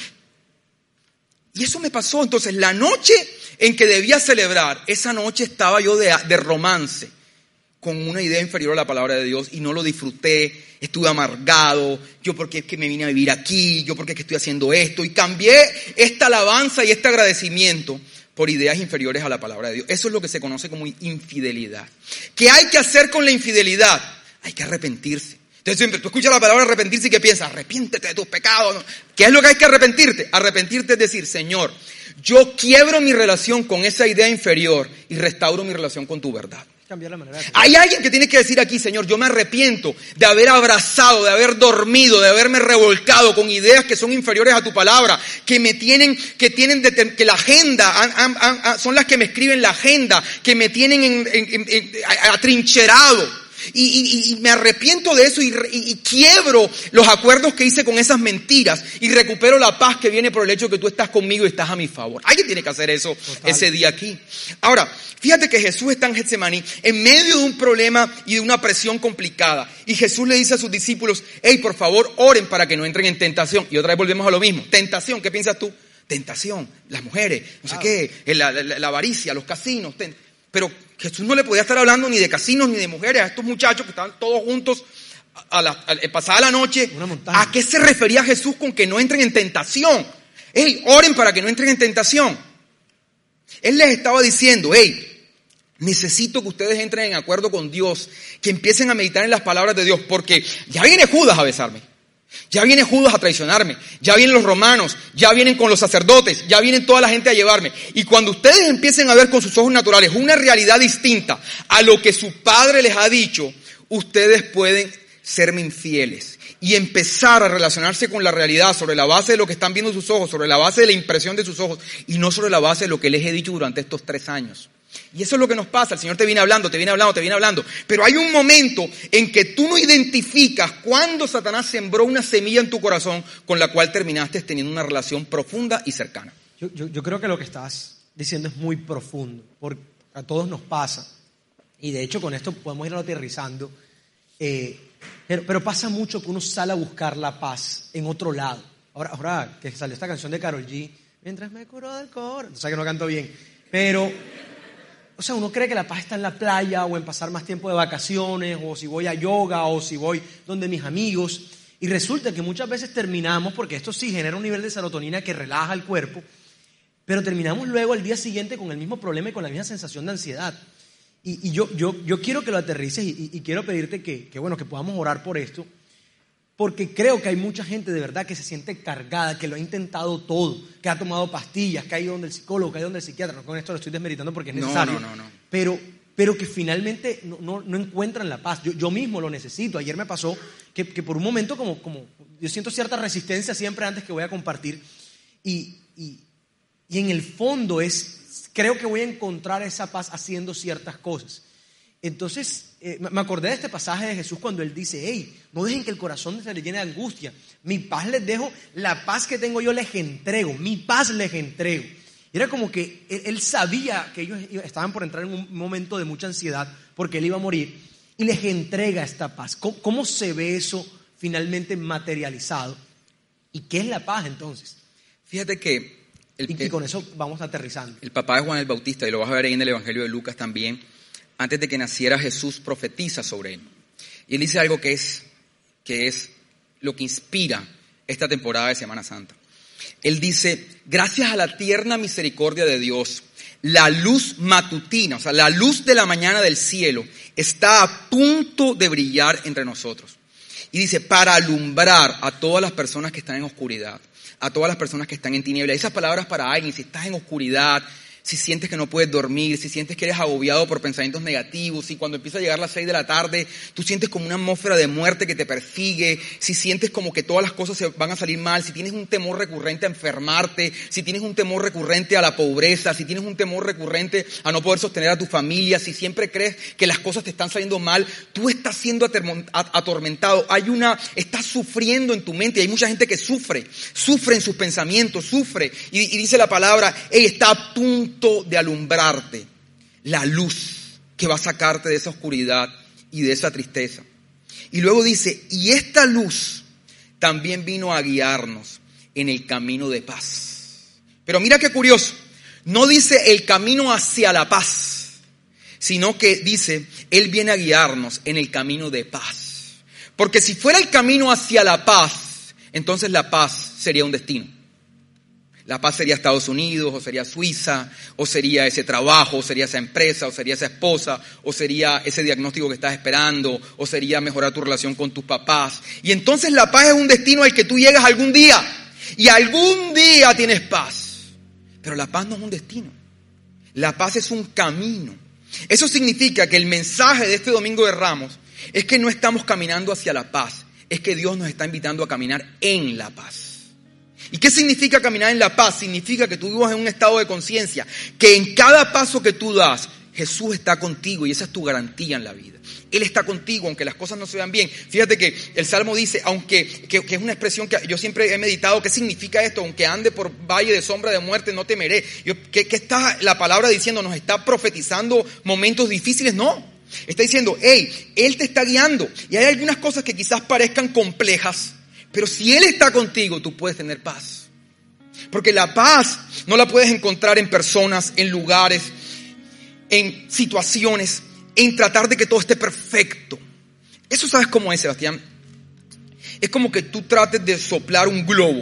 S3: y eso me pasó. Entonces, la noche en que debía celebrar, esa noche estaba yo de, de romance con una idea inferior a la palabra de Dios y no lo disfruté, estuve amargado, yo porque es que me vine a vivir aquí, yo porque es que estoy haciendo esto, y cambié esta alabanza y este agradecimiento por ideas inferiores a la palabra de Dios. Eso es lo que se conoce como infidelidad. ¿Qué hay que hacer con la infidelidad? Hay que arrepentirse. Entonces siempre tú escuchas la palabra arrepentirse y ¿qué piensas? Arrepiéntete de tus pecados. ¿Qué es lo que hay que arrepentirte? Arrepentirte es decir, Señor, yo quiebro mi relación con esa idea inferior y restauro mi relación con tu verdad.
S4: Cambiar la manera de...
S3: Hay alguien que tiene que decir aquí, Señor, yo me arrepiento de haber abrazado, de haber dormido, de haberme revolcado con ideas que son inferiores a tu palabra, que me tienen, que tienen, de, que la agenda, han, han, han, son las que me escriben la agenda, que me tienen en, en, en, en, atrincherado. Y, y, y me arrepiento de eso y, y, y quiebro los acuerdos que hice con esas mentiras y recupero la paz que viene por el hecho de que tú estás conmigo y estás a mi favor. Alguien tiene que hacer eso Total. Ese día aquí. Ahora, fíjate que Jesús está en Getsemaní en medio de un problema y de una presión complicada. Y Jesús le dice a sus discípulos, hey, por favor, oren para que no entren en tentación. Y otra vez volvemos a lo mismo. Tentación, ¿qué piensas tú? Tentación, las mujeres, no sé ah. qué, la, la, la avaricia, los casinos. Ten... Pero Jesús no le podía estar hablando ni de casinos ni de mujeres a estos muchachos que estaban todos juntos a la, a, pasada la noche. ¿A qué se refería Jesús con que no entren en tentación? Hey, oren para que no entren en tentación. Él les estaba diciendo, hey, necesito que ustedes entren en acuerdo con Dios, que empiecen a meditar en las palabras de Dios, porque ya viene Judas a besarme. Ya viene Judas a traicionarme, ya vienen los romanos, ya vienen con los sacerdotes, ya vienen toda la gente a llevarme. Y cuando ustedes empiecen a ver con sus ojos naturales una realidad distinta a lo que su padre les ha dicho, ustedes pueden serme infieles y empezar a relacionarse con la realidad sobre la base de lo que están viendo sus ojos, sobre la base de la impresión de sus ojos y no sobre la base de lo que les he dicho durante estos tres años. Y eso es lo que nos pasa. El Señor te viene hablando, te viene hablando, te viene hablando. Pero hay un momento en que tú no identificas cuándo Satanás sembró una semilla en tu corazón con la cual terminaste teniendo una relación profunda y cercana.
S4: Yo, yo, yo creo que lo que estás diciendo es muy profundo, porque a todos nos pasa. Y de hecho con esto podemos irlo aterrizando. Eh, pero, pero pasa mucho que uno sale a buscar la paz en otro lado. Ahora, ahora que salió esta canción de Karol G, mientras me curo del corazón, o sea que no canto bien, pero, o sea, uno cree que la paz está en la playa o en pasar más tiempo de vacaciones, o si voy a yoga, o si voy donde mis amigos, y resulta que muchas veces terminamos, porque esto sí genera un nivel de serotonina que relaja el cuerpo, pero terminamos luego al día siguiente con el mismo problema y con la misma sensación de ansiedad. Y, y yo, yo, yo quiero que lo aterrices y, y, y quiero pedirte que, que, bueno, que podamos orar por esto, porque creo que hay mucha gente de verdad que se siente cargada, que lo ha intentado todo, que ha tomado pastillas, que ha ido donde el psicólogo, que ha ido donde el psiquiatra. No, con esto lo estoy desmeritando porque es necesario.
S3: No, no, no, no.
S4: Pero, pero que finalmente no, no, no encuentran la paz. Yo, yo mismo lo necesito. Ayer me pasó que, que por un momento como, como yo siento cierta resistencia siempre antes que voy a compartir. Y, y, y en el fondo es, creo que voy a encontrar esa paz haciendo ciertas cosas. Entonces, eh, me acordé de este pasaje de Jesús cuando Él dice, hey, no dejen que el corazón se les llene de angustia. Mi paz les dejo, la paz que tengo yo les entrego, mi paz les entrego. Y era como que Él, él sabía que ellos estaban por entrar en un momento de mucha ansiedad porque Él iba a morir y les entrega esta paz. ¿Cómo, cómo se ve eso finalmente materializado? ¿Y qué es la paz entonces?
S3: Fíjate que... El,
S4: y, y con eso vamos aterrizando.
S3: El papá de Juan el Bautista, y lo vas a ver ahí en el Evangelio de Lucas también, antes de que naciera Jesús profetiza sobre él. Y él dice algo que es, que es lo que inspira esta temporada de Semana Santa. Él dice, gracias a la tierna misericordia de Dios, la luz matutina, o sea, la luz de la mañana del cielo, está a punto de brillar entre nosotros. Y dice, para alumbrar a todas las personas que están en oscuridad, a todas las personas que están en tinieblas. Esas palabras para alguien, si estás en oscuridad, si sientes que no puedes dormir, si sientes que eres agobiado por pensamientos negativos, si cuando empieza a llegar las seis de la tarde tú sientes como una atmósfera de muerte que te persigue, si sientes como que todas las cosas se van a salir mal, si tienes un temor recurrente a enfermarte, si tienes un temor recurrente a la pobreza, si tienes un temor recurrente a no poder sostener a tu familia, si siempre crees que las cosas te están saliendo mal, tú estás siendo atormentado, hay una, estás sufriendo en tu mente, y hay mucha gente que sufre, sufre en sus pensamientos, sufre, y, y dice la palabra, hey, está a punto de alumbrarte la luz que va a sacarte de esa oscuridad y de esa tristeza. Y luego dice, y esta luz también vino a guiarnos en el camino de paz. Pero mira qué curioso, no dice el camino hacia la paz, sino que dice, Él viene a guiarnos en el camino de paz. Porque si fuera el camino hacia la paz, entonces la paz sería un destino. La paz sería Estados Unidos, o sería Suiza, o sería ese trabajo, o sería esa empresa, o sería esa esposa, o sería ese diagnóstico que estás esperando, o sería mejorar tu relación con tus papás. Y entonces la paz es un destino al que tú llegas algún día, y algún día tienes paz. Pero la paz no es un destino, la paz es un camino. Eso significa que el mensaje de este Domingo de Ramos es que no estamos caminando hacia la paz, es que Dios nos está invitando a caminar en la paz. ¿Y qué significa caminar en la paz? Significa que tú vivas en un estado de conciencia, que en cada paso que tú das, Jesús está contigo y esa es tu garantía en la vida. Él está contigo aunque las cosas no se vean bien. Fíjate que el Salmo dice, aunque que, que es una expresión que yo siempre he meditado, ¿qué significa esto? Aunque ande por valle de sombra de muerte, no temeré. Yo, ¿qué, ¿Qué está la palabra diciendo? ¿Nos está profetizando momentos difíciles? No. Está diciendo, hey, Él te está guiando. Y hay algunas cosas que quizás parezcan complejas, pero si Él está contigo, tú puedes tener paz. Porque la paz no la puedes encontrar en personas, en lugares, en situaciones, en tratar de que todo esté perfecto. Eso sabes cómo es, Sebastián. Es como que tú trates de soplar un globo,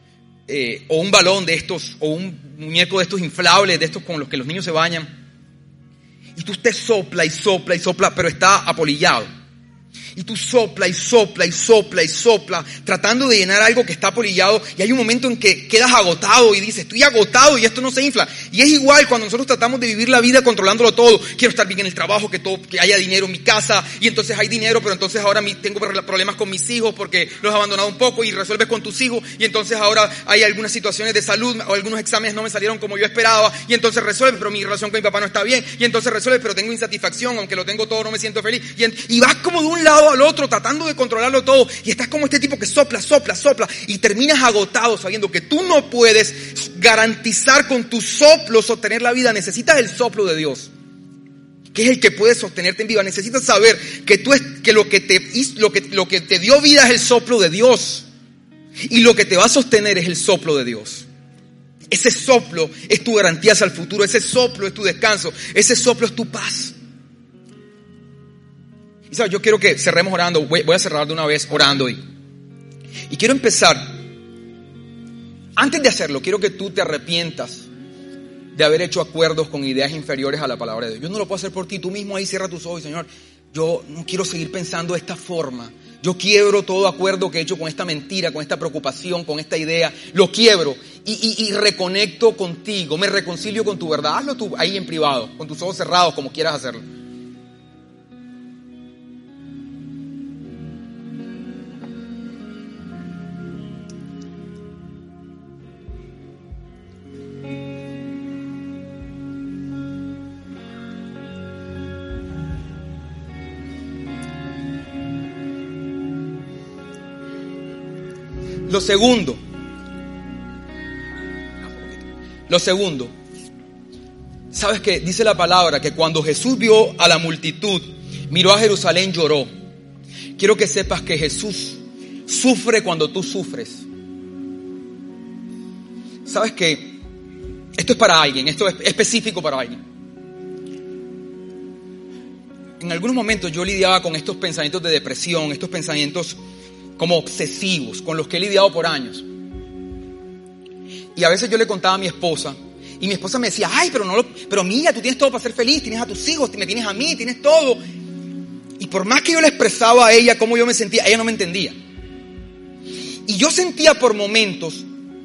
S3: eh, o un balón de estos, o un muñeco de estos inflables, de estos con los que los niños se bañan. Y tú te sopla y sopla y sopla, pero está apolillado. Y tú sopla y sopla y sopla y sopla, tratando de llenar algo que está polillado, y hay un momento en que quedas agotado y dices, estoy agotado y esto no se infla. Y es igual cuando nosotros tratamos de vivir la vida controlándolo todo. Quiero estar bien en el trabajo, que todo, que haya dinero en mi casa, y entonces hay dinero, pero entonces ahora tengo problemas con mis hijos porque los he abandonado un poco, y resuelves con tus hijos, y entonces ahora hay algunas situaciones de salud o algunos exámenes no me salieron como yo esperaba, y entonces resuelves, pero mi relación con mi papá no está bien, y entonces resuelves, pero tengo insatisfacción, aunque lo tengo todo no me siento feliz, y, en, y vas como de un lado al otro tratando de controlarlo todo, y estás como este tipo que sopla, sopla, sopla, y terminas agotado sabiendo que tú no puedes garantizar con tus soplos sostener la vida. Necesitas el soplo de Dios, que es el que puede sostenerte en vida. Necesitas saber que tú es, que lo que te lo que lo que te dio vida es el soplo de Dios, y lo que te va a sostener es el soplo de Dios. Ese soplo es tu garantía hacia el futuro, ese soplo es tu descanso, ese soplo es tu paz. Y sabes, yo quiero que cerremos orando. Voy, voy a cerrar de una vez orando hoy. Y quiero empezar. Antes de hacerlo, quiero que tú te arrepientas de haber hecho acuerdos con ideas inferiores a la palabra de Dios. Yo no lo puedo hacer por ti. Tú mismo ahí cierra tus ojos, Señor. Yo no quiero seguir pensando de esta forma. Yo quiebro todo acuerdo que he hecho con esta mentira, con esta preocupación, con esta idea. Lo quiebro y, y, y reconecto contigo. Me reconcilio con tu verdad. Hazlo tú ahí en privado, con tus ojos cerrados, como quieras hacerlo. Lo segundo, lo segundo, ¿sabes qué? Dice la palabra que cuando Jesús vio a la multitud, miró a Jerusalén, lloró. Quiero que sepas que Jesús sufre cuando tú sufres. ¿Sabes qué? Esto es para alguien, esto es específico para alguien. En algunos momentos yo lidiaba con estos pensamientos de depresión, estos pensamientos como obsesivos, con los que he lidiado por años. Y a veces yo le contaba a mi esposa, y mi esposa me decía, ay, pero no lo, pero mira, tú tienes todo para ser feliz, tienes a tus hijos, me tienes a mí, tienes todo. Y por más que yo le expresaba a ella cómo yo me sentía, ella no me entendía. Y yo sentía por momentos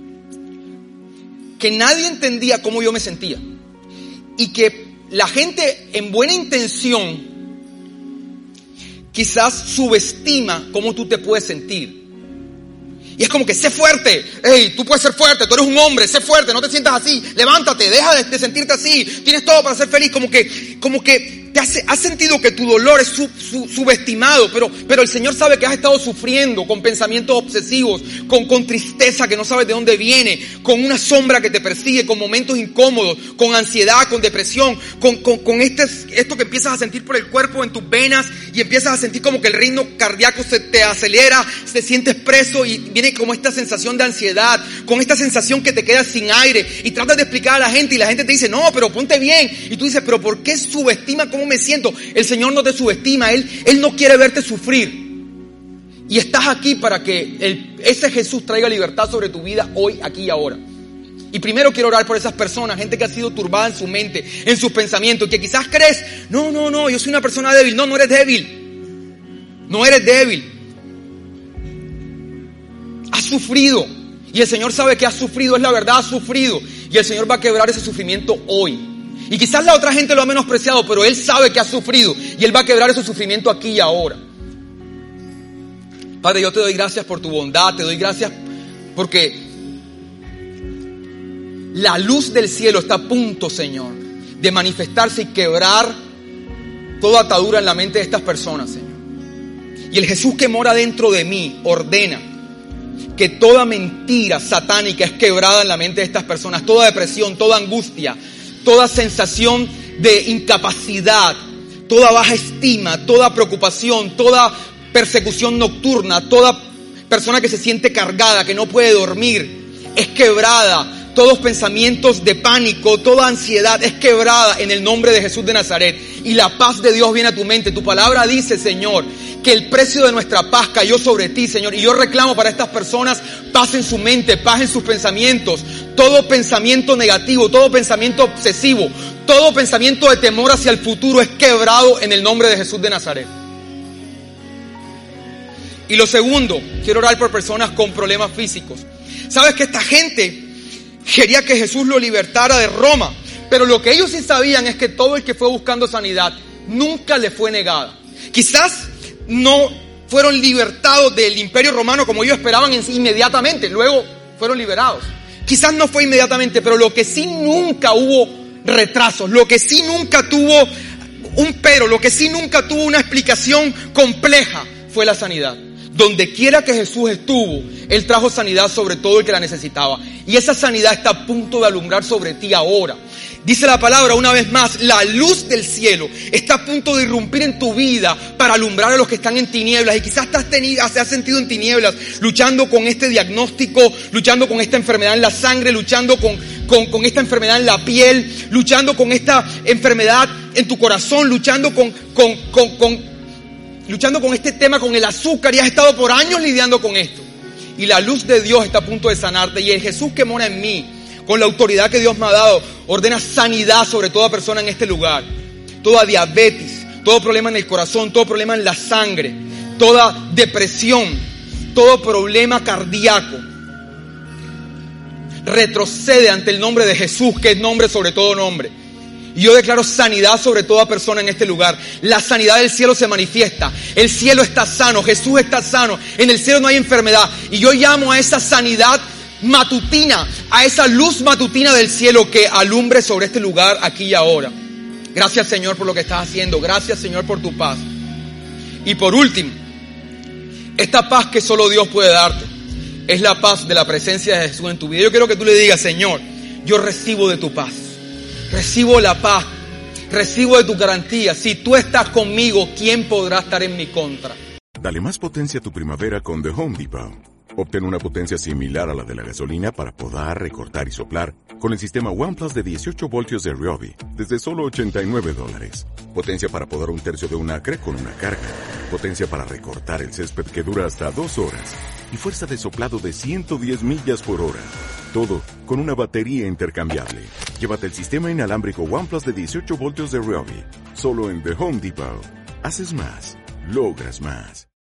S3: que nadie entendía cómo yo me sentía. Y que la gente en buena intención quizás subestima cómo tú te puedes sentir. Y es como que sé fuerte, hey, tú puedes ser fuerte, tú eres un hombre, sé fuerte, no te sientas así, levántate, deja de, de sentirte así, tienes todo para ser feliz. Como que, como que te has, has sentido que tu dolor es sub, sub, subestimado, pero, pero el Señor sabe que has estado sufriendo con pensamientos obsesivos, con, con tristeza que no sabes de dónde viene, con una sombra que te persigue, con momentos incómodos, con ansiedad, con depresión, con, con, con este, esto que empiezas a sentir por el cuerpo, en tus venas, y empiezas a sentir como que el ritmo cardíaco se te acelera, te sientes preso y viene como esta sensación de ansiedad, con esta sensación que te quedas sin aire y tratas de explicar a la gente y la gente te dice, no, pero ponte bien. Y tú dices, pero ¿por qué subestima cómo me siento? El Señor no te subestima, Él, Él no quiere verte sufrir. Y estás aquí para que el, ese Jesús traiga libertad sobre tu vida hoy, aquí y ahora. Y primero quiero orar por esas personas, gente que ha sido turbada en su mente, en sus pensamientos, que quizás crees, no, no, no, yo soy una persona débil. No, no eres débil. No eres débil. Has sufrido. Y el Señor sabe que has sufrido, es la verdad, has sufrido. Y el Señor va a quebrar ese sufrimiento hoy. Y quizás la otra gente lo ha menospreciado, pero Él sabe que has sufrido. Y Él va a quebrar ese sufrimiento aquí y ahora. Padre, yo te doy gracias por tu bondad, te doy gracias porque la luz del cielo está a punto, Señor, de manifestarse y quebrar toda atadura en la mente de estas personas, Señor. Y el Jesús que mora dentro de mí ordena que toda mentira satánica es quebrada en la mente de estas personas, toda depresión, toda angustia, toda sensación de incapacidad, toda baja estima, toda preocupación, toda persecución nocturna, toda persona que se siente cargada, que no puede dormir, es quebrada. Todos pensamientos de pánico, toda ansiedad es quebrada en el nombre de Jesús de Nazaret. Y la paz de Dios viene a tu mente. Tu palabra dice, Señor, que el precio de nuestra paz cayó sobre ti, Señor. Y yo reclamo para estas personas paz en su mente, paz en sus pensamientos. Todo pensamiento negativo, todo pensamiento obsesivo, todo pensamiento de temor hacia el futuro es quebrado en el nombre de Jesús de Nazaret. Y lo segundo, quiero orar por personas con problemas físicos. Sabes que esta gente quería que Jesús lo libertara de Roma, pero lo que ellos sí sabían es que todo el que fue buscando sanidad nunca le fue negada. Quizás no fueron libertados del Imperio Romano como ellos esperaban inmediatamente, luego fueron liberados. Quizás no fue inmediatamente, pero lo que sí nunca hubo retrasos, lo que sí nunca tuvo un pero, lo que sí nunca tuvo una explicación compleja fue la sanidad. Donde quiera que Jesús estuvo, Él trajo sanidad sobre todo el que la necesitaba. Y esa sanidad está a punto de alumbrar sobre ti ahora. Dice la palabra una vez más, la luz del cielo está a punto de irrumpir en tu vida para alumbrar a los que están en tinieblas. Y quizás te has, tenido, te has sentido en tinieblas, luchando con este diagnóstico, luchando con esta enfermedad en la sangre, luchando con, con, con esta enfermedad en la piel, luchando con esta enfermedad en tu corazón, luchando con... con, con, con luchando con este tema, con el azúcar, y has estado por años lidiando con esto. Y la luz de Dios está a punto de sanarte. Y el Jesús que mora en mí, con la autoridad que Dios me ha dado, ordena sanidad sobre toda persona en este lugar. Toda diabetes, todo problema en el corazón, todo problema en la sangre, toda depresión, todo problema cardíaco, retrocede ante el nombre de Jesús, que es nombre sobre todo nombre. Y yo declaro sanidad sobre toda persona en este lugar. La sanidad del cielo se manifiesta. El cielo está sano. Jesús está sano. En el cielo no hay enfermedad. Y yo llamo a esa sanidad matutina, a esa luz matutina del cielo que alumbre sobre este lugar aquí y ahora. Gracias, Señor, por lo que estás haciendo. Gracias, Señor, por tu paz. Y por último, esta paz que solo Dios puede darte es la paz de la presencia de Jesús en tu vida. Yo quiero que tú le digas, Señor, yo recibo de tu paz. Recibo la paz, recibo de tu garantía. Si tú estás conmigo, ¿quién podrá estar en mi contra?
S5: Dale más potencia a tu primavera con The Home Depot. Obtén una potencia similar a la de la gasolina para podar, recortar y soplar con el sistema OnePlus de dieciocho voltios de Ryobi desde solo ochenta y nueve dólares. Potencia para podar un tercio de un acre con una carga. Potencia para recortar el césped que dura hasta dos horas. Y fuerza de soplado de ciento diez millas por hora. Todo con una batería intercambiable. Llévate el sistema inalámbrico OnePlus de dieciocho voltios de Ryobi. Solo en The Home Depot. Haces más. Logras más.